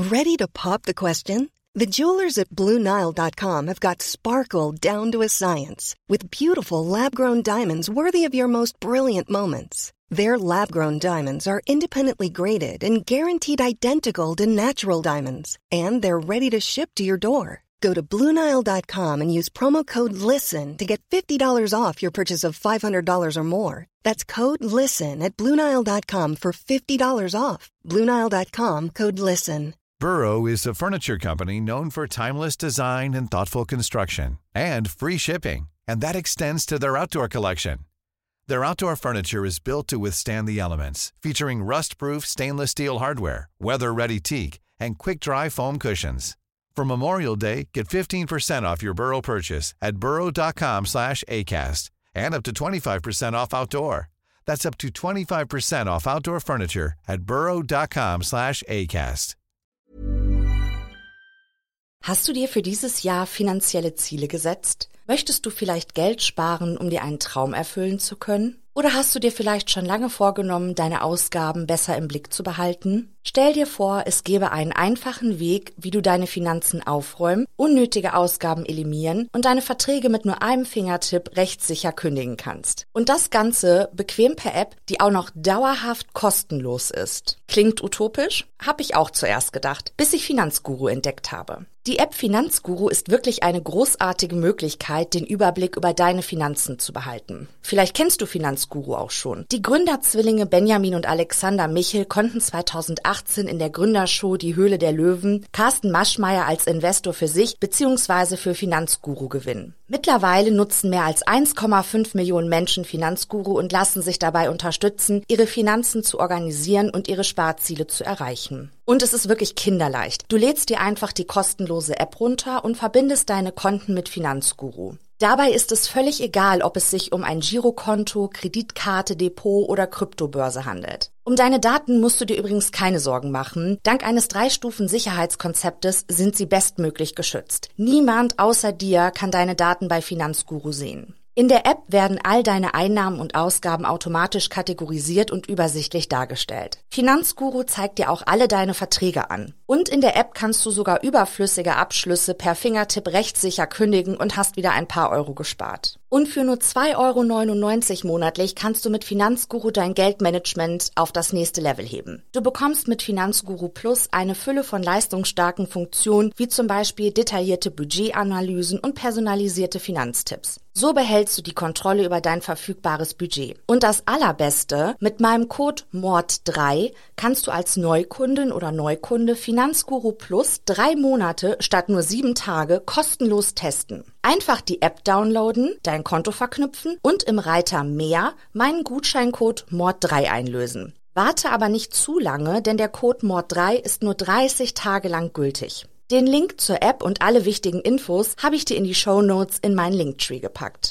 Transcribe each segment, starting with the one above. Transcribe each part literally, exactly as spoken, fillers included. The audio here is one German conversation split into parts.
Ready to pop the question? The jewelers at Blue Nile dot com have got sparkle down to a science with beautiful lab-grown diamonds worthy of your most brilliant moments. Their lab-grown diamonds are independently graded and guaranteed identical to natural diamonds, and they're ready to ship to your door. Go to Blue Nile dot com and use promo code LISTEN to get fifty dollars off your purchase of five hundred dollars or more. That's code LISTEN at Blue Nile dot com for fifty dollars off. Blue Nile dot com, code LISTEN. Burrow is a furniture company known for timeless design and thoughtful construction, and free shipping, and that extends to their outdoor collection. Their outdoor furniture is built to withstand the elements, featuring rust-proof stainless steel hardware, weather-ready teak, and quick-dry foam cushions. For Memorial Day, get fifteen percent off your Burrow purchase at burrow dot com slash acast, and up to twenty-five percent off outdoor. That's up to twenty-five percent off outdoor furniture at burrow dot com slash acast. Hast du dir für dieses Jahr finanzielle Ziele gesetzt? Möchtest du vielleicht Geld sparen, um dir einen Traum erfüllen zu können? Oder hast du dir vielleicht schon lange vorgenommen, deine Ausgaben besser im Blick zu behalten? Stell dir vor, es gäbe einen einfachen Weg, wie du deine Finanzen aufräumen, unnötige Ausgaben eliminieren und deine Verträge mit nur einem Fingertipp rechtssicher kündigen kannst. Und das Ganze bequem per App, die auch noch dauerhaft kostenlos ist. Klingt utopisch? Hab ich auch zuerst gedacht, bis ich Finanzguru entdeckt habe. Die App Finanzguru ist wirklich eine großartige Möglichkeit, den Überblick über deine Finanzen zu behalten. Vielleicht kennst du Finanzguru auch schon. Die Gründerzwillinge Benjamin und Alexander Michel konnten zweitausendachtzehn in der Gründershow Die Höhle der Löwen Carsten Maschmeyer als Investor für sich bzw. für Finanzguru gewinnen. Mittlerweile nutzen mehr als eins Komma fünf Millionen Menschen Finanzguru und lassen sich dabei unterstützen, ihre Finanzen zu organisieren und ihre Sparziele zu erreichen. Und es ist wirklich kinderleicht. Du lädst dir einfach die kostenlose App runter und verbindest deine Konten mit Finanzguru. Dabei ist es völlig egal, ob es sich um ein Girokonto, Kreditkarte, Depot oder Kryptobörse handelt. Um deine Daten musst du dir übrigens keine Sorgen machen. Dank eines Drei-Stufen-Sicherheitskonzeptes sind sie bestmöglich geschützt. Niemand außer dir kann deine Daten bei Finanzguru sehen. In der App werden all deine Einnahmen und Ausgaben automatisch kategorisiert und übersichtlich dargestellt. Finanzguru zeigt dir auch alle deine Verträge an. Und in der App kannst du sogar überflüssige Abschlüsse per Fingertipp rechtssicher kündigen und hast wieder ein paar Euro gespart. Und für nur zwei Euro neunundneunzig monatlich kannst du mit Finanzguru dein Geldmanagement auf das nächste Level heben. Du bekommst mit Finanzguru Plus eine Fülle von leistungsstarken Funktionen, wie zum Beispiel detaillierte Budgetanalysen und personalisierte Finanztipps. So behältst du die Kontrolle über dein verfügbares Budget. Und das Allerbeste, mit meinem Code M O R D drei kannst du als Neukundin oder Neukunde Finanzguru Plus drei Monate statt nur sieben Tage kostenlos testen. Einfach die App downloaden, dein Konto verknüpfen und im Reiter Mehr meinen Gutscheincode M O R D drei einlösen. Warte aber nicht zu lange, denn der Code M O R D drei ist nur dreißig Tage lang gültig. Den Link zur App und alle wichtigen Infos habe ich dir in die Shownotes in meinen Linktree gepackt.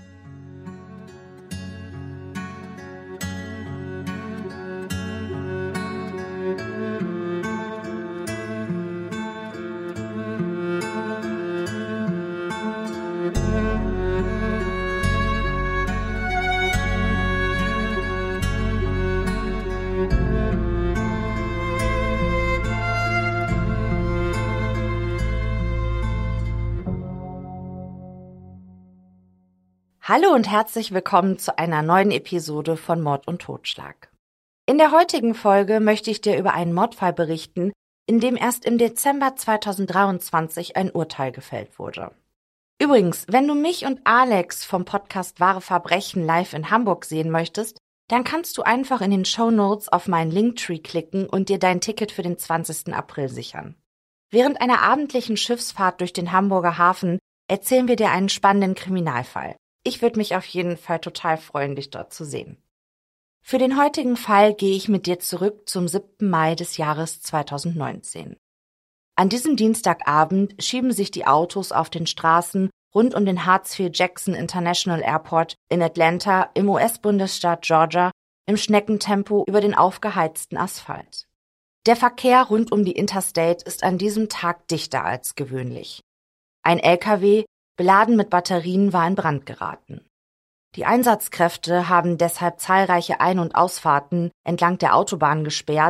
Hallo und herzlich willkommen zu einer neuen Episode von Mord und Totschlag. In der heutigen Folge möchte ich dir über einen Mordfall berichten, in dem erst im Dezember zweitausenddreiundzwanzig ein Urteil gefällt wurde. Übrigens, wenn du mich und Alex vom Podcast Wahre Verbrechen live in Hamburg sehen möchtest, dann kannst du einfach in den Shownotes auf meinen Linktree klicken und dir dein Ticket für den zwanzigsten April sichern. Während einer abendlichen Schiffsfahrt durch den Hamburger Hafen erzählen wir dir einen spannenden Kriminalfall. Ich würde mich auf jeden Fall total freuen, dich dort zu sehen. Für den heutigen Fall gehe ich mit dir zurück zum siebten Mai des Jahres zweitausendneunzehn. An diesem Dienstagabend schieben sich die Autos auf den Straßen rund um den Hartsfield-Jackson International Airport in Atlanta im U S-Bundesstaat Georgia im Schneckentempo über den aufgeheizten Asphalt. Der Verkehr rund um die Interstate ist an diesem Tag dichter als gewöhnlich. Ein L K W, beladen mit Batterien, war in Brand geraten. Die Einsatzkräfte haben deshalb zahlreiche Ein- und Ausfahrten entlang der Autobahn gesperrt,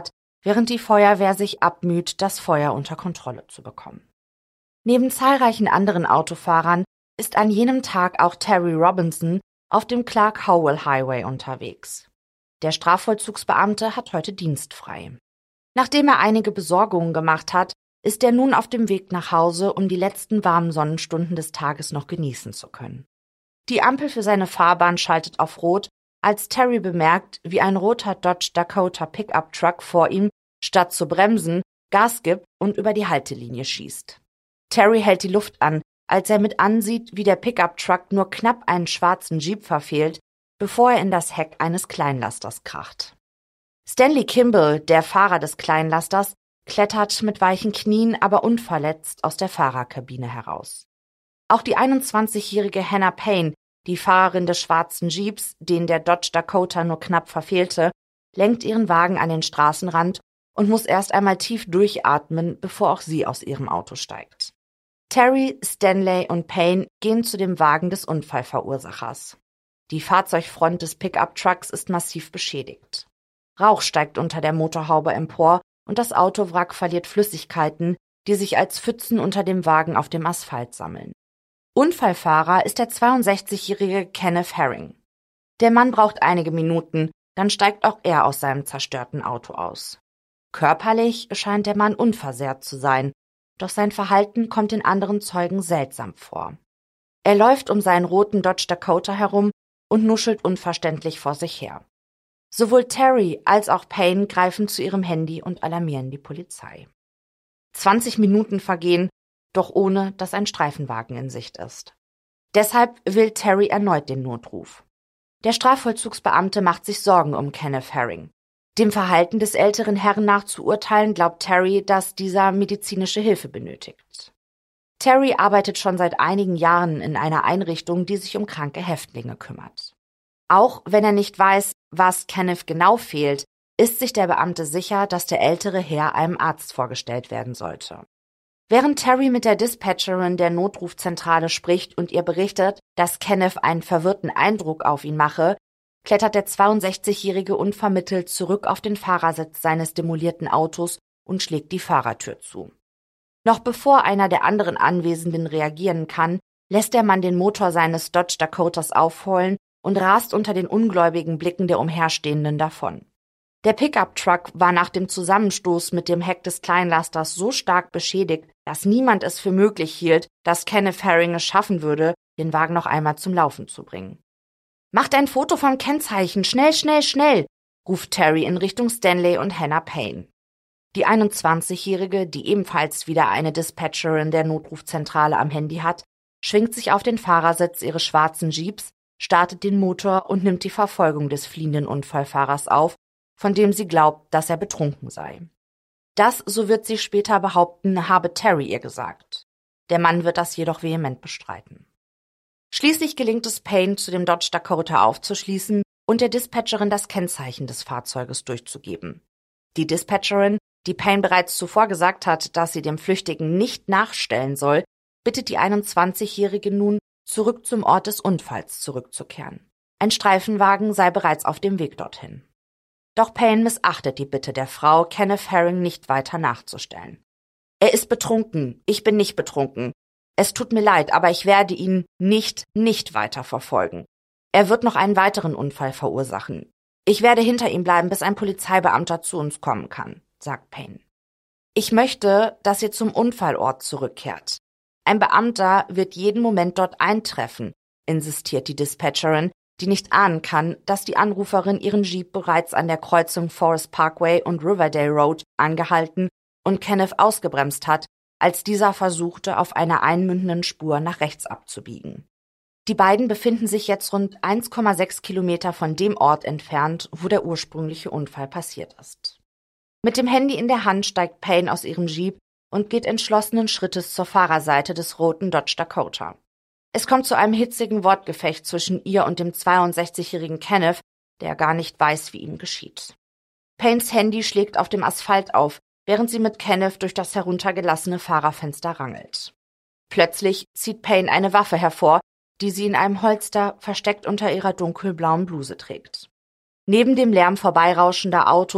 während die Feuerwehr sich abmüht, das Feuer unter Kontrolle zu bekommen. Neben zahlreichen anderen Autofahrern ist an jenem Tag auch Terry Robinson auf dem Clark Howell Highway unterwegs. Der Strafvollzugsbeamte hat heute dienstfrei. Nachdem er einige Besorgungen gemacht hat, ist er nun auf dem Weg nach Hause, um die letzten warmen Sonnenstunden des Tages noch genießen zu können. Die Ampel für seine Fahrbahn schaltet auf Rot, als Terry bemerkt, wie ein roter Dodge Dakota Pickup-Truck vor ihm, statt zu bremsen, Gas gibt und über die Haltelinie schießt. Terry hält die Luft an, als er mit ansieht, wie der Pickup-Truck nur knapp einen schwarzen Jeep verfehlt, bevor er in das Heck eines Kleinlasters kracht. Stanley Kimball, der Fahrer des Kleinlasters, klettert mit weichen Knien, aber unverletzt aus der Fahrerkabine heraus. Auch die einundzwanzigjährige Hannah Payne, die Fahrerin des schwarzen Jeeps, den der Dodge Dakota nur knapp verfehlte, lenkt ihren Wagen an den Straßenrand und muss erst einmal tief durchatmen, bevor auch sie aus ihrem Auto steigt. Terry, Stanley und Payne gehen zu dem Wagen des Unfallverursachers. Die Fahrzeugfront des Pickup-Trucks ist massiv beschädigt. Rauch steigt unter der Motorhaube empor und das Autowrack verliert Flüssigkeiten, die sich als Pfützen unter dem Wagen auf dem Asphalt sammeln. Unfallfahrer ist der zweiundsechzigjährige Kenneth Herring. Der Mann braucht einige Minuten, dann steigt auch er aus seinem zerstörten Auto aus. Körperlich scheint der Mann unversehrt zu sein, doch sein Verhalten kommt den anderen Zeugen seltsam vor. Er läuft um seinen roten Dodge Dakota herum und nuschelt unverständlich vor sich her. Sowohl Terry als auch Payne greifen zu ihrem Handy und alarmieren die Polizei. zwanzig Minuten vergehen, doch ohne, dass ein Streifenwagen in Sicht ist. Deshalb will Terry erneut den Notruf. Der Strafvollzugsbeamte macht sich Sorgen um Kenneth Herring. Dem Verhalten des älteren Herrn nach zu urteilen, glaubt Terry, dass dieser medizinische Hilfe benötigt. Terry arbeitet schon seit einigen Jahren in einer Einrichtung, die sich um kranke Häftlinge kümmert. Auch wenn er nicht weiß, was Kenneth genau fehlt, ist sich der Beamte sicher, dass der ältere Herr einem Arzt vorgestellt werden sollte. Während Terry mit der Dispatcherin der Notrufzentrale spricht und ihr berichtet, dass Kenneth einen verwirrten Eindruck auf ihn mache, klettert der zweiundsechzigjährige unvermittelt zurück auf den Fahrersitz seines demolierten Autos und schlägt die Fahrertür zu. Noch bevor einer der anderen Anwesenden reagieren kann, lässt der Mann den Motor seines Dodge Dakotas aufheulen und rast unter den ungläubigen Blicken der Umherstehenden davon. Der Pickup-Truck war nach dem Zusammenstoß mit dem Heck des Kleinlasters so stark beschädigt, dass niemand es für möglich hielt, dass Kenneth Herring es schaffen würde, den Wagen noch einmal zum Laufen zu bringen. »Macht ein Foto vom Kennzeichen, schnell, schnell, schnell«, ruft Terry in Richtung Stanley und Hannah Payne. Die einundzwanzigjährige, die ebenfalls wieder eine Dispatcherin der Notrufzentrale am Handy hat, schwingt sich auf den Fahrersitz ihres schwarzen Jeeps, startet den Motor und nimmt die Verfolgung des fliehenden Unfallfahrers auf, von dem sie glaubt, dass er betrunken sei. Das, so wird sie später behaupten, habe Terry ihr gesagt. Der Mann wird das jedoch vehement bestreiten. Schließlich gelingt es Payne, zu dem Dodge Dakota aufzuschließen und der Dispatcherin das Kennzeichen des Fahrzeuges durchzugeben. Die Dispatcherin, die Payne bereits zuvor gesagt hat, dass sie dem Flüchtigen nicht nachstellen soll, bittet die einundzwanzigjährige nun, zurück zum Ort des Unfalls zurückzukehren. Ein Streifenwagen sei bereits auf dem Weg dorthin. Doch Payne missachtet die Bitte der Frau, Kenneth Herring nicht weiter nachzustellen. »Er ist betrunken, ich bin nicht betrunken. Es tut mir leid, aber ich werde ihn nicht, nicht weiter verfolgen. Er wird noch einen weiteren Unfall verursachen. Ich werde hinter ihm bleiben, bis ein Polizeibeamter zu uns kommen kann«, sagt Payne. »Ich möchte, dass ihr zum Unfallort zurückkehrt. Ein Beamter wird jeden Moment dort eintreffen«, insistiert die Dispatcherin, die nicht ahnen kann, dass die Anruferin ihren Jeep bereits an der Kreuzung Forest Parkway und Riverdale Road angehalten und Kenneth ausgebremst hat, als dieser versuchte, auf einer einmündenden Spur nach rechts abzubiegen. Die beiden befinden sich jetzt rund eins Komma sechs Kilometer von dem Ort entfernt, wo der ursprüngliche Unfall passiert ist. Mit dem Handy in der Hand steigt Payne aus ihrem Jeep und geht entschlossenen Schrittes zur Fahrerseite des roten Dodge Dakota. Es kommt zu einem hitzigen Wortgefecht zwischen ihr und dem zweiundsechzigjährigen Kenneth, der gar nicht weiß, wie ihm geschieht. Paynes Handy schlägt auf dem Asphalt auf, während sie mit Kenneth durch das heruntergelassene Fahrerfenster rangelt. Plötzlich zieht Payne eine Waffe hervor, die sie in einem Holster versteckt unter ihrer dunkelblauen Bluse trägt. Neben dem Lärm vorbeirauschender Autos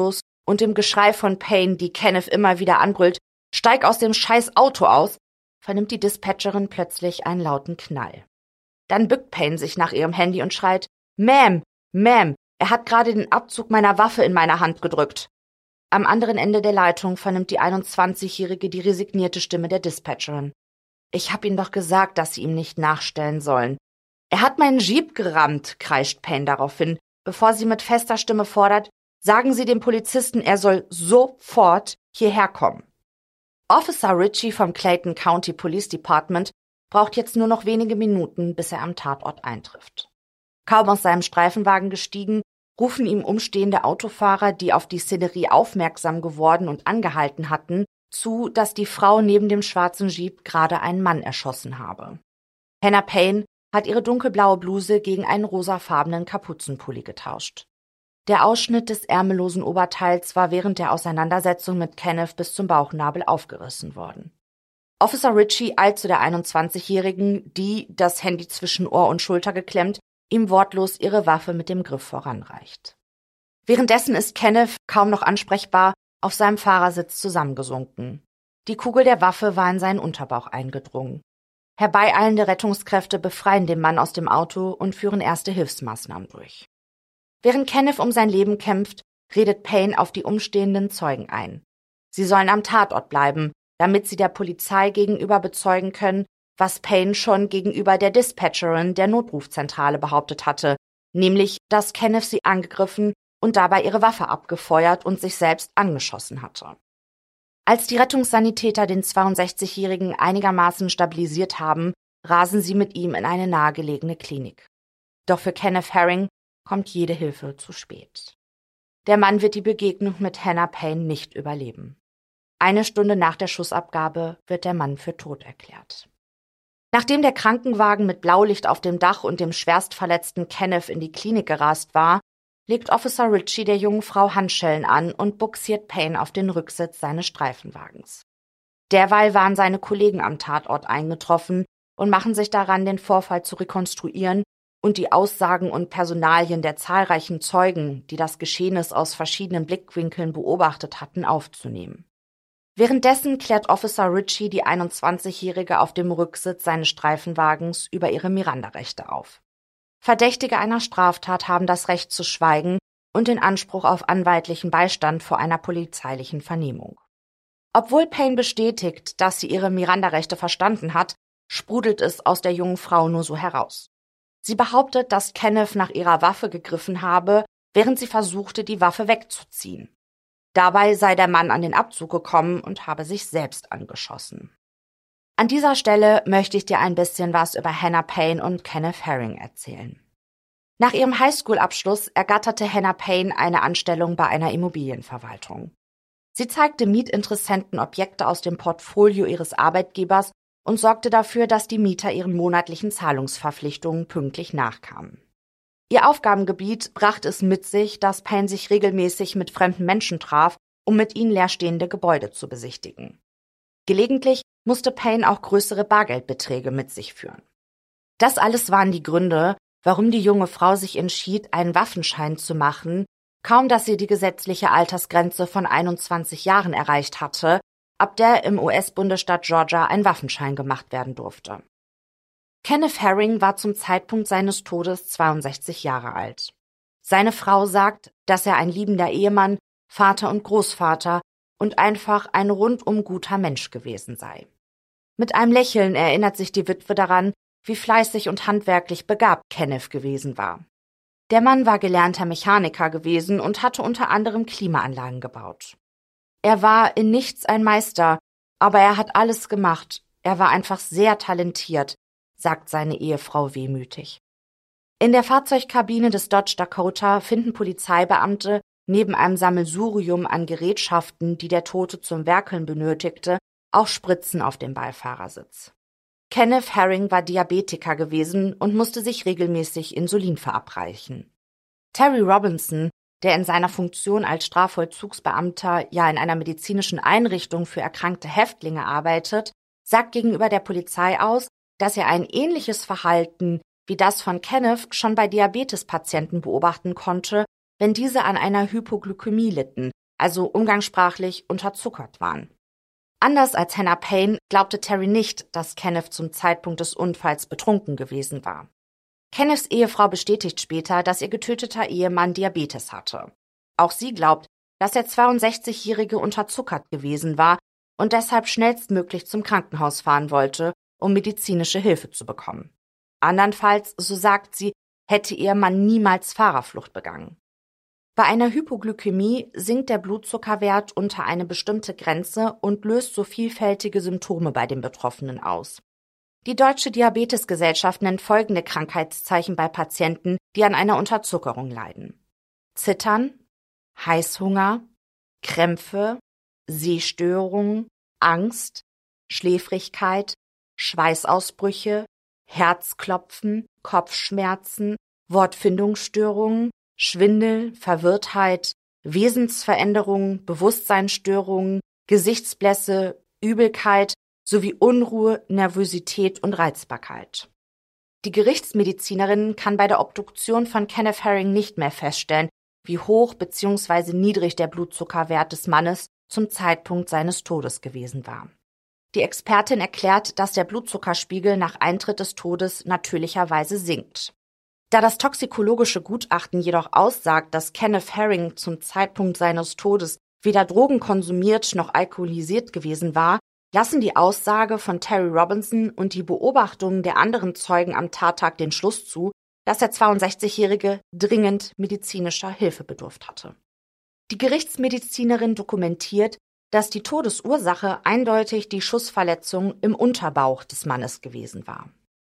und dem Geschrei von Payne, die Kenneth immer wieder anbrüllt, »Steig aus dem scheiß Auto aus«, vernimmt die Dispatcherin plötzlich einen lauten Knall. Dann bückt Payne sich nach ihrem Handy und schreit, »Ma'am, Ma'am, er hat gerade den Abzug meiner Waffe in meine Hand gedrückt.« Am anderen Ende der Leitung vernimmt die einundzwanzigjährige die resignierte Stimme der Dispatcherin. »Ich hab Ihnen doch gesagt, dass Sie ihm nicht nachstellen sollen.« »Er hat meinen Jeep gerammt«, kreischt Payne daraufhin, bevor sie mit fester Stimme fordert, »sagen Sie dem Polizisten, er soll sofort hierher kommen.« Officer Ritchie vom Clayton County Police Department braucht jetzt nur noch wenige Minuten, bis er am Tatort eintrifft. Kaum aus seinem Streifenwagen gestiegen, rufen ihm umstehende Autofahrer, die auf die Szenerie aufmerksam geworden und angehalten hatten, zu, dass die Frau neben dem schwarzen Jeep gerade einen Mann erschossen habe. Hannah Payne hat ihre dunkelblaue Bluse gegen einen rosafarbenen Kapuzenpulli getauscht. Der Ausschnitt des ärmellosen Oberteils war während der Auseinandersetzung mit Kenneth bis zum Bauchnabel aufgerissen worden. Officer Ritchie eilt zu der einundzwanzigjährigen, die, das Handy zwischen Ohr und Schulter geklemmt, ihm wortlos ihre Waffe mit dem Griff voranreicht. Währenddessen ist Kenneth, kaum noch ansprechbar, auf seinem Fahrersitz zusammengesunken. Die Kugel der Waffe war in seinen Unterbauch eingedrungen. Herbeieilende Rettungskräfte befreien den Mann aus dem Auto und führen erste Hilfsmaßnahmen durch. Während Kenneth um sein Leben kämpft, redet Payne auf die umstehenden Zeugen ein. Sie sollen am Tatort bleiben, damit sie der Polizei gegenüber bezeugen können, was Payne schon gegenüber der Dispatcherin der Notrufzentrale behauptet hatte, nämlich, dass Kenneth sie angegriffen und dabei ihre Waffe abgefeuert und sich selbst angeschossen hatte. Als die Rettungssanitäter den zweiundsechzigjährigen einigermaßen stabilisiert haben, rasen sie mit ihm in eine nahegelegene Klinik. Doch für Kenneth Herring kommt jede Hilfe zu spät. Der Mann wird die Begegnung mit Hannah Payne nicht überleben. Eine Stunde nach der Schussabgabe wird der Mann für tot erklärt. Nachdem der Krankenwagen mit Blaulicht auf dem Dach und dem schwerstverletzten Kenneth in die Klinik gerast war, legt Officer Ritchie der jungen Frau Handschellen an und buxiert Payne auf den Rücksitz seines Streifenwagens. Derweil waren seine Kollegen am Tatort eingetroffen und machen sich daran, den Vorfall zu rekonstruieren und die Aussagen und Personalien der zahlreichen Zeugen, die das Geschehnis aus verschiedenen Blickwinkeln beobachtet hatten, aufzunehmen. Währenddessen klärt Officer Ritchie die einundzwanzigjährige auf dem Rücksitz seines Streifenwagens über ihre Miranda-Rechte auf. Verdächtige einer Straftat haben das Recht zu schweigen und den Anspruch auf anwaltlichen Beistand vor einer polizeilichen Vernehmung. Obwohl Payne bestätigt, dass sie ihre Miranda-Rechte verstanden hat, sprudelt es aus der jungen Frau nur so heraus. Sie behauptet, dass Kenneth nach ihrer Waffe gegriffen habe, während sie versuchte, die Waffe wegzuziehen. Dabei sei der Mann an den Abzug gekommen und habe sich selbst angeschossen. An dieser Stelle möchte ich dir ein bisschen was über Hannah Payne und Kenneth Herring erzählen. Nach ihrem Highschool-Abschluss ergatterte Hannah Payne eine Anstellung bei einer Immobilienverwaltung. Sie zeigte Mietinteressenten Objekte aus dem Portfolio ihres Arbeitgebers und sorgte dafür, dass die Mieter ihren monatlichen Zahlungsverpflichtungen pünktlich nachkamen. Ihr Aufgabengebiet brachte es mit sich, dass Payne sich regelmäßig mit fremden Menschen traf, um mit ihnen leerstehende Gebäude zu besichtigen. Gelegentlich musste Payne auch größere Bargeldbeträge mit sich führen. Das alles waren die Gründe, warum die junge Frau sich entschied, einen Waffenschein zu machen, kaum dass sie die gesetzliche Altersgrenze von einundzwanzig Jahren erreicht hatte, ab der im U S-Bundesstaat Georgia ein Waffenschein gemacht werden durfte. Kenneth Herring war zum Zeitpunkt seines Todes zweiundsechzig Jahre alt. Seine Frau sagt, dass er ein liebender Ehemann, Vater und Großvater und einfach ein rundum guter Mensch gewesen sei. Mit einem Lächeln erinnert sich die Witwe daran, wie fleißig und handwerklich begabt Kenneth gewesen war. Der Mann war gelernter Mechaniker gewesen und hatte unter anderem Klimaanlagen gebaut. Er war in nichts ein Meister, aber er hat alles gemacht. Er war einfach sehr talentiert, sagt seine Ehefrau wehmütig. In der Fahrzeugkabine des Dodge Dakota finden Polizeibeamte neben einem Sammelsurium an Gerätschaften, die der Tote zum Werkeln benötigte, auch Spritzen auf dem Beifahrersitz. Kenneth Herring war Diabetiker gewesen und musste sich regelmäßig Insulin verabreichen. Terry Robinson, der in seiner Funktion als Strafvollzugsbeamter ja in einer medizinischen Einrichtung für erkrankte Häftlinge arbeitet, sagt gegenüber der Polizei aus, dass er ein ähnliches Verhalten wie das von Kenneth schon bei Diabetespatienten beobachten konnte, wenn diese an einer Hypoglykämie litten, also umgangssprachlich unterzuckert waren. Anders als Hannah Payne glaubte Terry nicht, dass Kenneth zum Zeitpunkt des Unfalls betrunken gewesen war. Kenneths Ehefrau bestätigt später, dass ihr getöteter Ehemann Diabetes hatte. Auch sie glaubt, dass der zweiundsechzigjährige unterzuckert gewesen war und deshalb schnellstmöglich zum Krankenhaus fahren wollte, um medizinische Hilfe zu bekommen. Andernfalls, so sagt sie, hätte ihr Mann niemals Fahrerflucht begangen. Bei einer Hypoglykämie sinkt der Blutzuckerwert unter eine bestimmte Grenze und löst so vielfältige Symptome bei den Betroffenen aus. Die Deutsche Diabetesgesellschaft nennt folgende Krankheitszeichen bei Patienten, die an einer Unterzuckerung leiden: Zittern, Heißhunger, Krämpfe, Sehstörungen, Angst, Schläfrigkeit, Schweißausbrüche, Herzklopfen, Kopfschmerzen, Wortfindungsstörungen, Schwindel, Verwirrtheit, Wesensveränderungen, Bewusstseinsstörungen, Gesichtsblässe, Übelkeit sowie Unruhe, Nervosität und Reizbarkeit. Die Gerichtsmedizinerin kann bei der Obduktion von Kenneth Herring nicht mehr feststellen, wie hoch bzw. niedrig der Blutzuckerwert des Mannes zum Zeitpunkt seines Todes gewesen war. Die Expertin erklärt, dass der Blutzuckerspiegel nach Eintritt des Todes natürlicherweise sinkt. Da das toxikologische Gutachten jedoch aussagt, dass Kenneth Herring zum Zeitpunkt seines Todes weder Drogen konsumiert noch alkoholisiert gewesen war, lassen die Aussage von Terry Robinson und die Beobachtungen der anderen Zeugen am Tattag den Schluss zu, dass der zweiundsechzigjährige dringend medizinischer Hilfe bedurft hatte. Die Gerichtsmedizinerin dokumentiert, dass die Todesursache eindeutig die Schussverletzung im Unterbauch des Mannes gewesen war.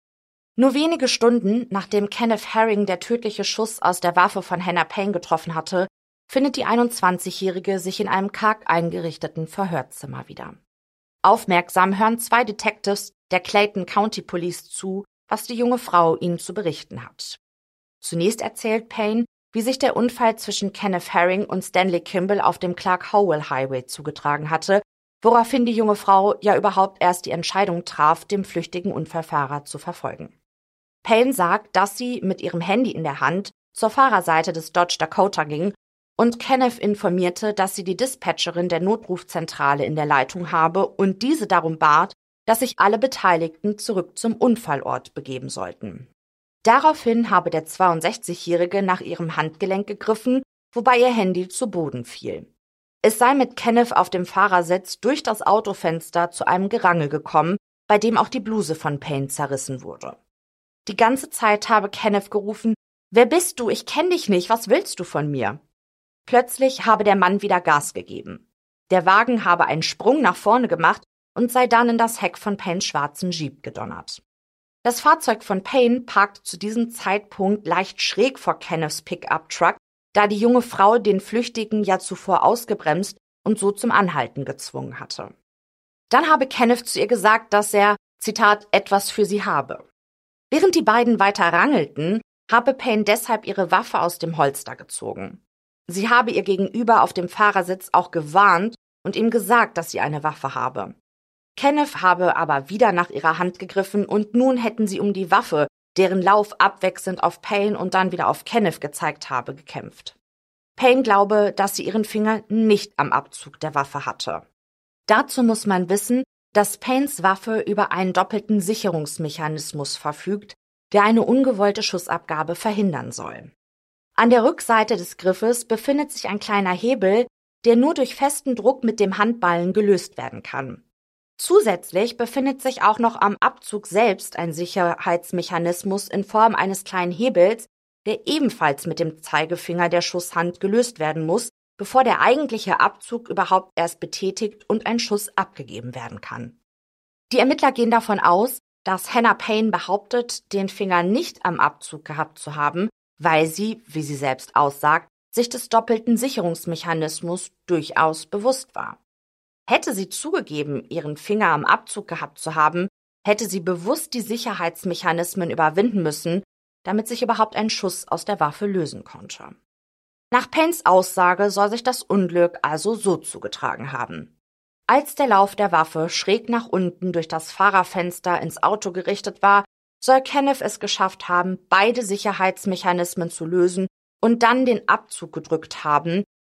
Nur wenige Stunden, nachdem Kenneth Herring der tödliche Schuss aus der Waffe von Hannah Payne getroffen hatte, findet die einundzwanzigjährige sich in einem karg eingerichteten Verhörzimmer wieder. Aufmerksam hören zwei Detectives der Clayton County Police zu, was die junge Frau ihnen zu berichten hat. Zunächst erzählt Payne, wie sich der Unfall zwischen Kenneth Herring und Stanley Kimball auf dem Clark-Howell Highway zugetragen hatte, woraufhin die junge Frau ja überhaupt erst die Entscheidung traf, dem flüchtigen Unfallfahrer zu verfolgen. Payne sagt, dass sie mit ihrem Handy in der Hand zur Fahrerseite des Dodge Dakota ging und Kenneth informierte, dass sie die Dispatcherin der Notrufzentrale in der Leitung habe und diese darum bat, dass sich alle Beteiligten zurück zum Unfallort begeben sollten. Daraufhin habe der zweiundsechzigjährige nach ihrem Handgelenk gegriffen, wobei ihr Handy zu Boden fiel. Es sei mit Kenneth auf dem Fahrersitz durch das Autofenster zu einem Gerangel gekommen, bei dem auch die Bluse von Payne zerrissen wurde. Die ganze Zeit habe Kenneth gerufen: »Wer bist du? Ich kenne dich nicht. Was willst du von mir?« Plötzlich habe der Mann wieder Gas gegeben. Der Wagen habe einen Sprung nach vorne gemacht und sei dann in das Heck von Paynes schwarzen Jeep gedonnert. Das Fahrzeug von Payne parkte zu diesem Zeitpunkt leicht schräg vor Kenneths Pickup-Truck, da die junge Frau den Flüchtigen ja zuvor ausgebremst und so zum Anhalten gezwungen hatte. Dann habe Kenneth zu ihr gesagt, dass er, Zitat, etwas für sie habe. Während die beiden weiter rangelten, habe Payne deshalb ihre Waffe aus dem Holster gezogen. Sie habe ihr Gegenüber auf dem Fahrersitz auch gewarnt und ihm gesagt, dass sie eine Waffe habe. Kenneth habe aber wieder nach ihrer Hand gegriffen und nun hätten sie um die Waffe, deren Lauf abwechselnd auf Payne und dann wieder auf Kenneth gezeigt habe, gekämpft. Payne glaube, dass sie ihren Finger nicht am Abzug der Waffe hatte. Dazu muss man wissen, dass Paynes Waffe über einen doppelten Sicherungsmechanismus verfügt, der eine ungewollte Schussabgabe verhindern soll. An der Rückseite des Griffes befindet sich ein kleiner Hebel, der nur durch festen Druck mit dem Handballen gelöst werden kann. Zusätzlich befindet sich auch noch am Abzug selbst ein Sicherheitsmechanismus in Form eines kleinen Hebels, der ebenfalls mit dem Zeigefinger der Schusshand gelöst werden muss, bevor der eigentliche Abzug überhaupt erst betätigt und ein Schuss abgegeben werden kann. Die Ermittler gehen davon aus, dass Hannah Payne behauptet, den Finger nicht am Abzug gehabt zu haben, weil sie, wie sie selbst aussagt, sich des doppelten Sicherungsmechanismus durchaus bewusst war. Hätte sie zugegeben, ihren Finger am Abzug gehabt zu haben, hätte sie bewusst die Sicherheitsmechanismen überwinden müssen, damit sich überhaupt ein Schuss aus der Waffe lösen konnte. Nach Paynes Aussage soll sich das Unglück also so zugetragen haben. Als der Lauf der Waffe schräg nach unten durch das Fahrerfenster ins Auto gerichtet war, soll Kenneth es geschafft haben, beide Sicherheitsmechanismen zu lösen und dann den Abzug gedrückt haben,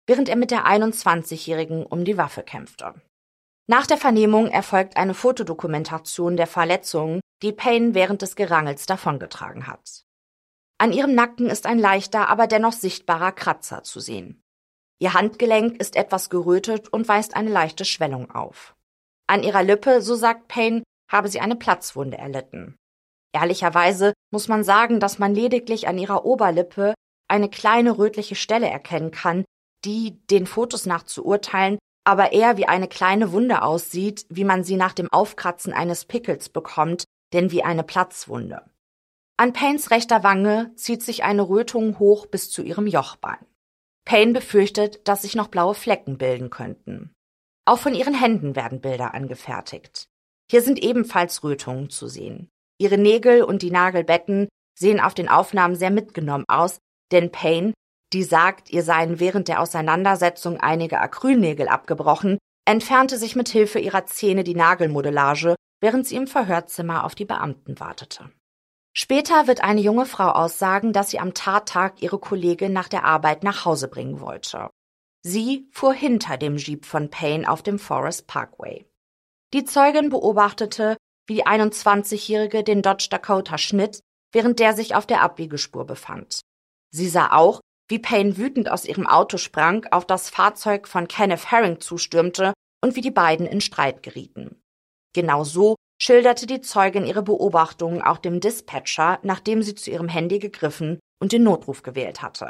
während er mit der einundzwanzigjährigen um die Waffe kämpfte. Nach der Vernehmung erfolgt eine Fotodokumentation der Verletzungen, die Payne während des Gerangels davongetragen hat. An ihrem Nacken ist ein leichter, aber dennoch sichtbarer Kratzer zu sehen. Ihr Handgelenk ist etwas gerötet und weist eine leichte Schwellung auf. An ihrer Lippe, so sagt Payne, habe sie eine Platzwunde erlitten. Ehrlicherweise muss man sagen, dass man lediglich an ihrer Oberlippe eine kleine rötliche Stelle erkennen kann, die, den Fotos nach zu urteilen, aber eher wie eine kleine Wunde aussieht, wie man sie nach dem Aufkratzen eines Pickels bekommt, denn wie eine Platzwunde. An Paynes rechter Wange zieht sich eine Rötung hoch bis zu ihrem Jochbein. Payne befürchtet, dass sich noch blaue Flecken bilden könnten. Auch von ihren Händen werden Bilder angefertigt. Hier sind ebenfalls Rötungen zu sehen. Ihre Nägel und die Nagelbetten sehen auf den Aufnahmen sehr mitgenommen aus, denn Payne, die sagt, ihr seien während der Auseinandersetzung einige Acrylnägel abgebrochen, entfernte sich mit Hilfe ihrer Zähne die Nagelmodellage, während sie im Verhörzimmer auf die Beamten wartete. Später wird eine junge Frau aussagen, dass sie am Tattag ihre Kollegin nach der Arbeit nach Hause bringen wollte. Sie fuhr hinter dem Jeep von Payne auf dem Forest Parkway. Die Zeugin beobachtete, wie die einundzwanzigjährige den Dodge Dakota schnitt, während der sich auf der Abbiegespur befand. Sie sah auch, wie Payne wütend aus ihrem Auto sprang, auf das Fahrzeug von Kenneth Herring zustürmte und wie die beiden in Streit gerieten. Genau so schilderte die Zeugin ihre Beobachtungen auch dem Dispatcher, nachdem sie zu ihrem Handy gegriffen und den Notruf gewählt hatte.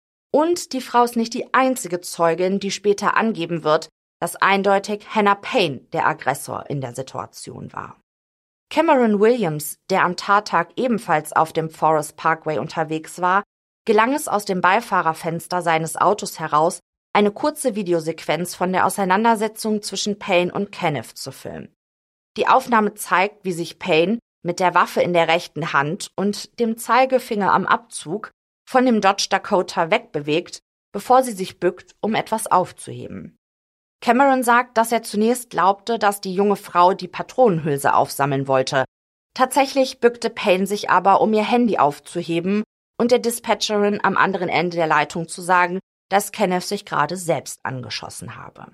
Und die Frau ist nicht die einzige Zeugin, die später angeben wird, dass eindeutig Hannah Payne der Aggressor in der Situation war. Cameron Williams, der am Tattag ebenfalls auf dem Forest Parkway unterwegs war, gelang es aus dem Beifahrerfenster seines Autos heraus, eine kurze Videosequenz von der Auseinandersetzung zwischen Payne und Kenneth zu filmen. Die Aufnahme zeigt, wie sich Payne mit der Waffe in der rechten Hand und dem Zeigefinger am Abzug von dem Dodge Dakota wegbewegt, bevor sie sich bückt, um etwas aufzuheben. Cameron sagt, dass er zunächst glaubte, dass die junge Frau die Patronenhülse aufsammeln wollte. Tatsächlich bückte Payne sich aber, um ihr Handy aufzuheben und der Dispatcherin am anderen Ende der Leitung zu sagen, dass Kenneth sich gerade selbst angeschossen habe.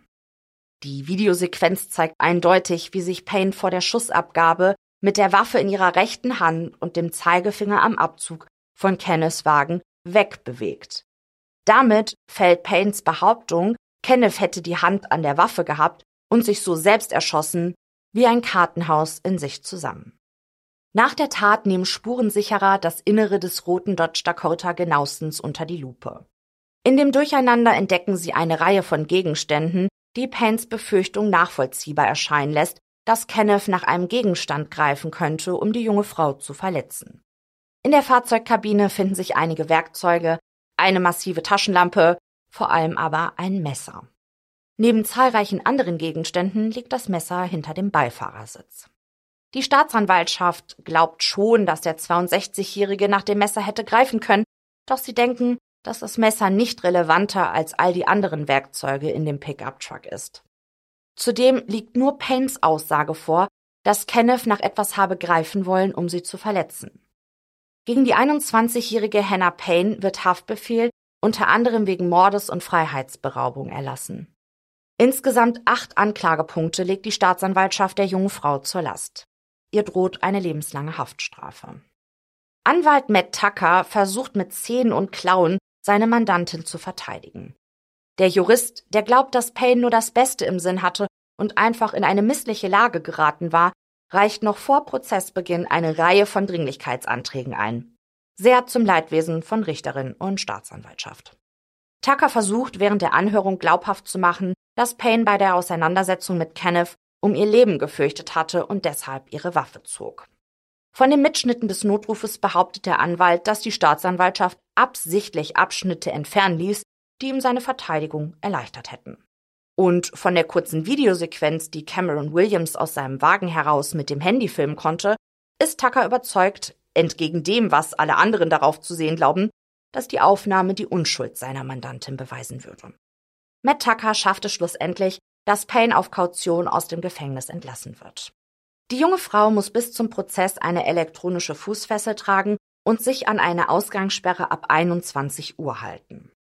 Die Videosequenz zeigt eindeutig, wie sich Payne vor der Schussabgabe mit der Waffe in ihrer rechten Hand und dem Zeigefinger am Abzug von Kenneths Wagen wegbewegt. Damit fällt Paynes Behauptung, Kenneth hätte die Hand an der Waffe gehabt und sich so selbst erschossen, wie ein Kartenhaus in sich zusammen. Nach der Tat nehmen Spurensicherer das Innere des roten Dodge Dakota genauestens unter die Lupe. In dem Durcheinander entdecken sie eine Reihe von Gegenständen, die Paynes Befürchtung nachvollziehbar erscheinen lässt, dass Kenneth nach einem Gegenstand greifen könnte, um die junge Frau zu verletzen. In der Fahrzeugkabine finden sich einige Werkzeuge, eine massive Taschenlampe, vor allem aber ein Messer. Neben zahlreichen anderen Gegenständen liegt das Messer hinter dem Beifahrersitz. Die Staatsanwaltschaft glaubt schon, dass der zweiundsechzigjährige nach dem Messer hätte greifen können, doch sie denken, dass das Messer nicht relevanter als all die anderen Werkzeuge in dem Pickup-Truck ist. Zudem liegt nur Paynes Aussage vor, dass Kenneth nach etwas habe greifen wollen, um sie zu verletzen. Gegen die einundzwanzigjährige Hannah Payne wird Haftbefehl unter anderem wegen Mordes und Freiheitsberaubung erlassen. Insgesamt acht Anklagepunkte legt die Staatsanwaltschaft der jungen Frau zur Last. Ihr droht eine lebenslange Haftstrafe. Anwalt Matt Tucker versucht mit Zähnen und Klauen, seine Mandantin zu verteidigen. Der Jurist, der glaubt, dass Payne nur das Beste im Sinn hatte und einfach in eine missliche Lage geraten war, reicht noch vor Prozessbeginn eine Reihe von Dringlichkeitsanträgen ein. Sehr zum Leidwesen von Richterin und Staatsanwaltschaft. Tucker versucht während der Anhörung glaubhaft zu machen, dass Payne bei der Auseinandersetzung mit Kenneth um ihr Leben gefürchtet hatte und deshalb ihre Waffe zog. Von den Mitschnitten des Notrufes behauptet der Anwalt, dass die Staatsanwaltschaft absichtlich Abschnitte entfernen ließ, die ihm seine Verteidigung erleichtert hätten. Und von der kurzen Videosequenz, die Cameron Williams aus seinem Wagen heraus mit dem Handy filmen konnte, ist Tucker überzeugt, entgegen dem, was alle anderen darauf zu sehen glauben, dass die Aufnahme die Unschuld seiner Mandantin beweisen würde. Matt Tucker schafft es schlussendlich, dass Payne auf Kaution aus dem Gefängnis entlassen wird. Die junge Frau muss bis zum Prozess eine elektronische Fußfessel tragen und sich an eine Ausgangssperre ab einundzwanzig Uhr halten.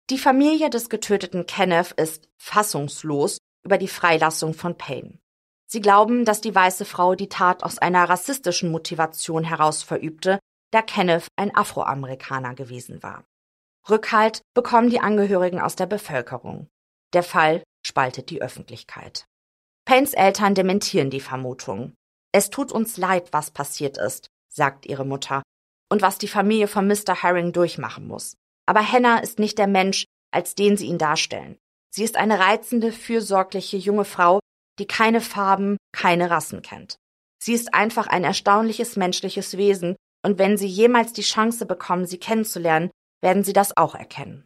Die Familie des getöteten Kenneth ist fassungslos über die Freilassung von Payne. Sie glauben, dass die weiße Frau die Tat aus einer rassistischen Motivation heraus verübte, da Kenneth ein Afroamerikaner gewesen war. Rückhalt bekommen die Angehörigen aus der Bevölkerung. Der Fall spaltet die Öffentlichkeit. Paynes Eltern dementieren die Vermutung. Es tut uns leid, was passiert ist, sagt ihre Mutter, und was die Familie von Mister Herring durchmachen muss. Aber Hannah ist nicht der Mensch, als den sie ihn darstellen. Sie ist eine reizende, fürsorgliche junge Frau, die keine Farben, keine Rassen kennt. Sie ist einfach ein erstaunliches menschliches Wesen, und wenn Sie jemals die Chance bekommen, sie kennenzulernen, werden Sie das auch erkennen.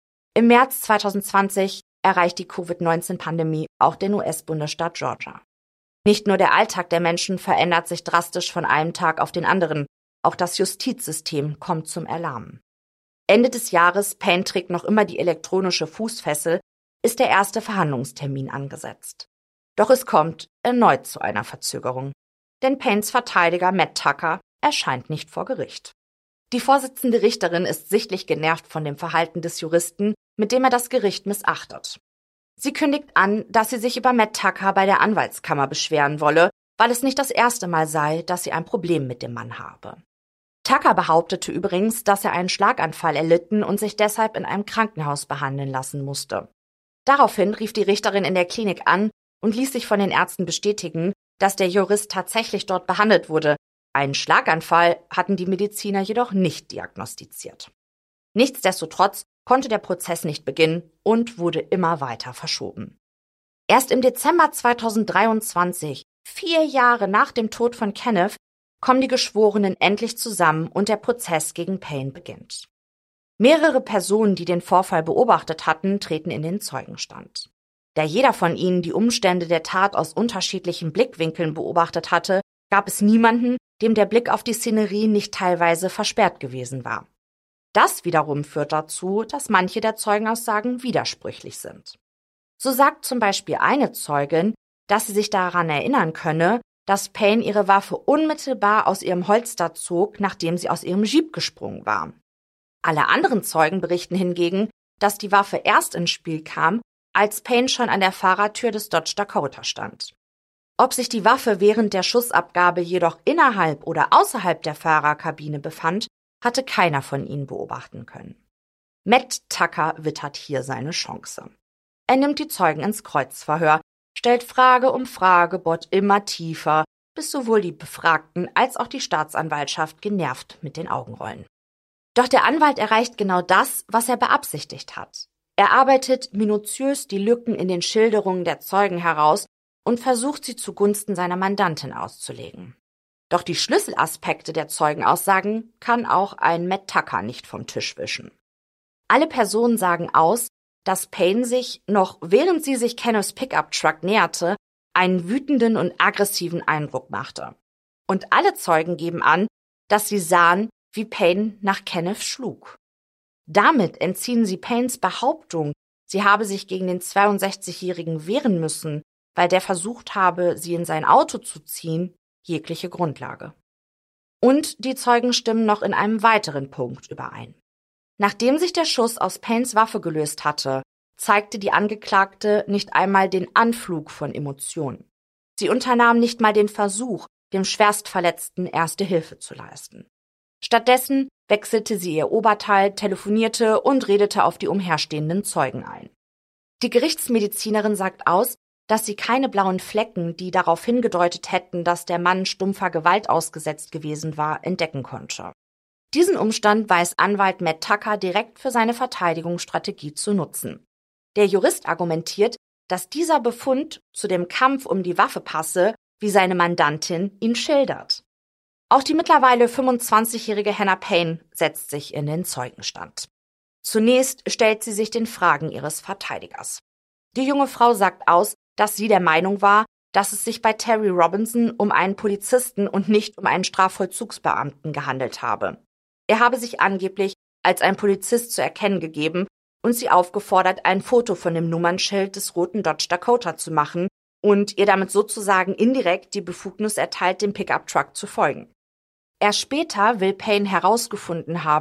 Im März zwanzig zwanzig erreicht die Covid neunzehn Pandemie auch den U S-Bundesstaat Georgia. Nicht nur der Alltag der Menschen verändert sich drastisch von einem Tag auf den anderen, auch das Justizsystem kommt zum Erlahmen. Ende des Jahres, Payne trägt noch immer die elektronische Fußfessel, ist der erste Verhandlungstermin angesetzt. Doch es kommt erneut zu einer Verzögerung, denn Paynes Verteidiger Matt Tucker erscheint nicht vor Gericht. Die vorsitzende Richterin ist sichtlich genervt von dem Verhalten des Juristen, mit dem er das Gericht missachtet. Sie kündigt an, dass sie sich über Matt Tucker bei der Anwaltskammer beschweren wolle, weil es nicht das erste Mal sei, dass sie ein Problem mit dem Mann habe. Tucker behauptete übrigens, dass er einen Schlaganfall erlitten und sich deshalb in einem Krankenhaus behandeln lassen musste. Daraufhin rief die Richterin in der Klinik an und ließ sich von den Ärzten bestätigen, dass der Jurist tatsächlich dort behandelt wurde. Einen Schlaganfall hatten die Mediziner jedoch nicht diagnostiziert. Nichtsdestotrotz konnte der Prozess nicht beginnen und wurde immer weiter verschoben. Erst im Dezember zweitausenddreiundzwanzig, vier Jahre nach dem Tod von Kenneth, kommen die Geschworenen endlich zusammen und der Prozess gegen Payne beginnt. Mehrere Personen, die den Vorfall beobachtet hatten, treten in den Zeugenstand. Da jeder von ihnen die Umstände der Tat aus unterschiedlichen Blickwinkeln beobachtet hatte, gab es niemanden, dem der Blick auf die Szenerie nicht teilweise versperrt gewesen war. Das wiederum führt dazu, dass manche der Zeugenaussagen widersprüchlich sind. So sagt zum Beispiel eine Zeugin, dass sie sich daran erinnern könne, dass Payne ihre Waffe unmittelbar aus ihrem Holster zog, nachdem sie aus ihrem Jeep gesprungen war. Alle anderen Zeugen berichten hingegen, dass die Waffe erst ins Spiel kam, als Payne schon an der Fahrertür des Dodge Dakota stand. Ob sich die Waffe während der Schussabgabe jedoch innerhalb oder außerhalb der Fahrerkabine befand, hatte keiner von ihnen beobachten können. Matt Tucker wittert hier seine Chance. Er nimmt die Zeugen ins Kreuzverhör, stellt Frage um Frage, bohrt immer tiefer, bis sowohl die Befragten als auch die Staatsanwaltschaft genervt mit den Augen rollen. Doch der Anwalt erreicht genau das, was er beabsichtigt hat. Er arbeitet minutiös die Lücken in den Schilderungen der Zeugen heraus und versucht, sie zugunsten seiner Mandantin auszulegen. Doch die Schlüsselaspekte der Zeugenaussagen kann auch ein Matt Tucker nicht vom Tisch wischen. Alle Personen sagen aus, dass Payne sich, noch während sie sich Kenneths Pickup-Truck näherte, einen wütenden und aggressiven Eindruck machte. Und alle Zeugen geben an, dass sie sahen, wie Payne nach Kenneth schlug. Damit entziehen sie Paynes Behauptung, sie habe sich gegen den zweiundsechzigjährigen wehren müssen, weil der versucht habe, sie in sein Auto zu ziehen, jegliche Grundlage. Und die Zeugen stimmen noch in einem weiteren Punkt überein. Nachdem sich der Schuss aus Paynes Waffe gelöst hatte, zeigte die Angeklagte nicht einmal den Anflug von Emotionen. Sie unternahm nicht mal den Versuch, dem Schwerstverletzten erste Hilfe zu leisten. Stattdessen wechselte sie ihr Oberteil, telefonierte und redete auf die umherstehenden Zeugen ein. Die Gerichtsmedizinerin sagt aus, dass sie keine blauen Flecken, die darauf hingedeutet hätten, dass der Mann stumpfer Gewalt ausgesetzt gewesen war, entdecken konnte. Diesen Umstand weiß Anwalt Matt Tucker direkt für seine Verteidigungsstrategie zu nutzen. Der Jurist argumentiert, dass dieser Befund zu dem Kampf um die Waffe passe, wie seine Mandantin ihn schildert. Auch die mittlerweile fünfundzwanzigjährige Hannah Payne setzt sich in den Zeugenstand. Zunächst stellt sie sich den Fragen ihres Verteidigers. Die junge Frau sagt aus, dass sie der Meinung war, dass es sich bei Terry Robinson um einen Polizisten und nicht um einen Strafvollzugsbeamten gehandelt habe. Er habe sich angeblich als ein Polizist zu erkennen gegeben und sie aufgefordert, ein Foto von dem Nummernschild des roten Dodge Dakota zu machen und ihr damit sozusagen indirekt die Befugnis erteilt, dem Pickup-Truck zu folgen. Erst später will Payne herausgefunden haben,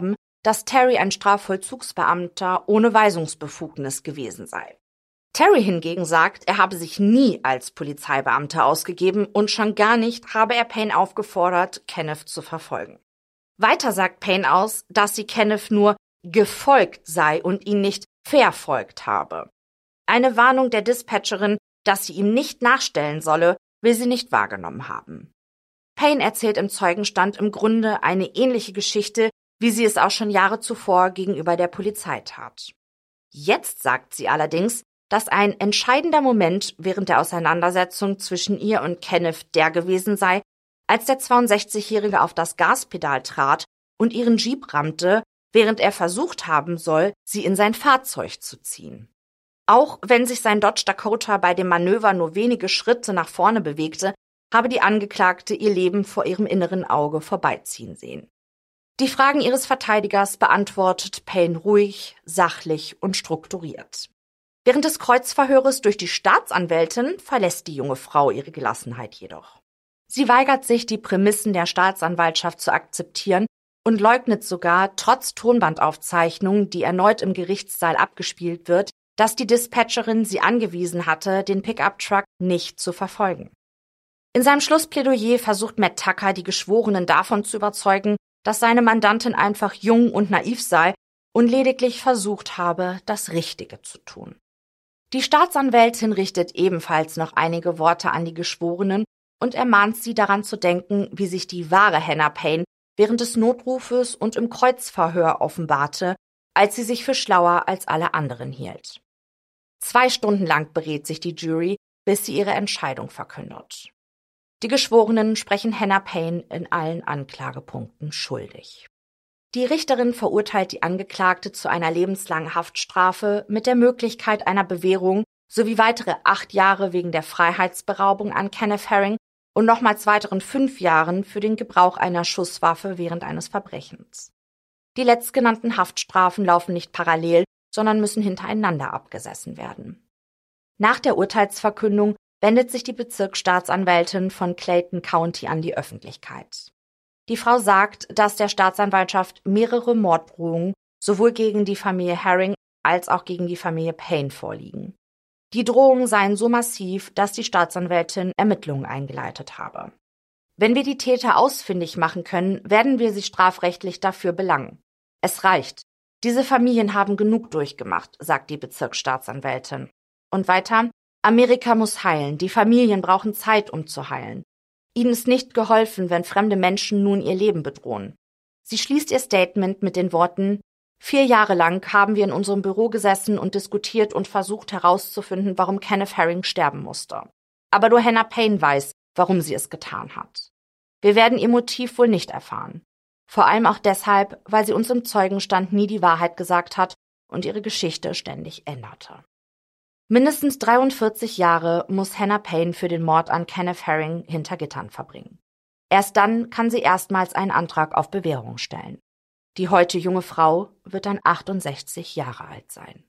dass Terry ein Strafvollzugsbeamter ohne Weisungsbefugnis gewesen sei. Terry hingegen sagt, er habe sich nie als Polizeibeamter ausgegeben und schon gar nicht habe er Payne aufgefordert, Kenneth zu verfolgen. Weiter sagt Payne aus, dass sie Kenneth nur gefolgt sei und ihn nicht verfolgt habe. Eine Warnung der Dispatcherin, dass sie ihm nicht nachstellen solle, will sie nicht wahrgenommen haben. Payne erzählt im Zeugenstand im Grunde eine ähnliche Geschichte, wie sie es auch schon Jahre zuvor gegenüber der Polizei tat. Jetzt sagt sie allerdings, dass ein entscheidender Moment während der Auseinandersetzung zwischen ihr und Kenneth der gewesen sei, als der zweiundsechzigjährige auf das Gaspedal trat und ihren Jeep rammte, während er versucht haben soll, sie in sein Fahrzeug zu ziehen. Auch wenn sich sein Dodge Dakota bei dem Manöver nur wenige Schritte nach vorne bewegte, habe die Angeklagte ihr Leben vor ihrem inneren Auge vorbeiziehen sehen. Die Fragen ihres Verteidigers beantwortet Payne ruhig, sachlich und strukturiert. Während des Kreuzverhöres durch die Staatsanwältin verlässt die junge Frau ihre Gelassenheit jedoch. Sie weigert sich, die Prämissen der Staatsanwaltschaft zu akzeptieren und leugnet sogar, trotz Tonbandaufzeichnung, die erneut im Gerichtssaal abgespielt wird, dass die Dispatcherin sie angewiesen hatte, den Pickup-Truck nicht zu verfolgen. In seinem Schlussplädoyer versucht Matt Tucker, die Geschworenen davon zu überzeugen, dass seine Mandantin einfach jung und naiv sei und lediglich versucht habe, das Richtige zu tun. Die Staatsanwältin richtet ebenfalls noch einige Worte an die Geschworenen und ermahnt sie daran zu denken, wie sich die wahre Hannah Payne während des Notrufes und im Kreuzverhör offenbarte, als sie sich für schlauer als alle anderen hielt. Zwei Stunden lang berät sich die Jury, bis sie ihre Entscheidung verkündet. Die Geschworenen sprechen Hannah Payne in allen Anklagepunkten schuldig. Die Richterin verurteilt die Angeklagte zu einer lebenslangen Haftstrafe mit der Möglichkeit einer Bewährung sowie weitere acht Jahre wegen der Freiheitsberaubung an Kenneth Herring und nochmals weiteren fünf Jahren für den Gebrauch einer Schusswaffe während eines Verbrechens. Die letztgenannten Haftstrafen laufen nicht parallel, sondern müssen hintereinander abgesessen werden. Nach der Urteilsverkündung wendet sich die Bezirksstaatsanwältin von Clayton County an die Öffentlichkeit. Die Frau sagt, dass der Staatsanwaltschaft mehrere Morddrohungen sowohl gegen die Familie Herring als auch gegen die Familie Payne vorliegen. Die Drohungen seien so massiv, dass die Staatsanwältin Ermittlungen eingeleitet habe. Wenn wir die Täter ausfindig machen können, werden wir sie strafrechtlich dafür belangen. Es reicht. Diese Familien haben genug durchgemacht, sagt die Bezirksstaatsanwältin. Und weiter, Amerika muss heilen, die Familien brauchen Zeit, um zu heilen. Ihnen ist nicht geholfen, wenn fremde Menschen nun ihr Leben bedrohen. Sie schließt ihr Statement mit den Worten: Vier Jahre lang haben wir in unserem Büro gesessen und diskutiert und versucht herauszufinden, warum Kenneth Herring sterben musste. Aber nur Hannah Payne weiß, warum sie es getan hat. Wir werden ihr Motiv wohl nicht erfahren. Vor allem auch deshalb, weil sie uns im Zeugenstand nie die Wahrheit gesagt hat und ihre Geschichte ständig änderte. Mindestens dreiundvierzig Jahre muss Hannah Payne für den Mord an Kenneth Herring hinter Gittern verbringen. Erst dann kann sie erstmals einen Antrag auf Bewährung stellen. Die heute junge Frau wird dann achtundsechzig Jahre alt sein.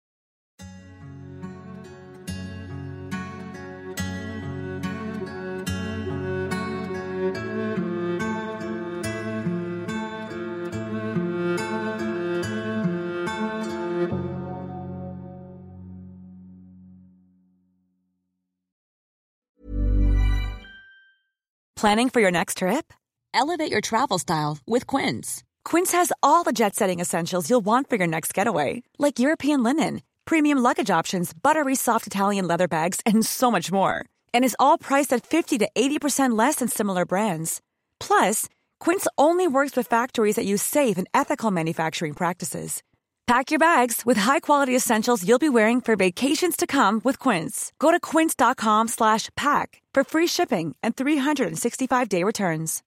Planning for your next trip? Elevate your travel style with Quince. Quince has all the jet-setting essentials you'll want for your next getaway, like European linen, premium luggage options, buttery soft Italian leather bags, and so much more. And is all priced at fifty to eighty percent less than similar brands. Plus, Quince only works with factories that use safe and ethical manufacturing practices. Pack your bags with high-quality essentials you'll be wearing for vacations to come with Quince. Go to quince.com slash pack for free shipping and three sixty-five day returns.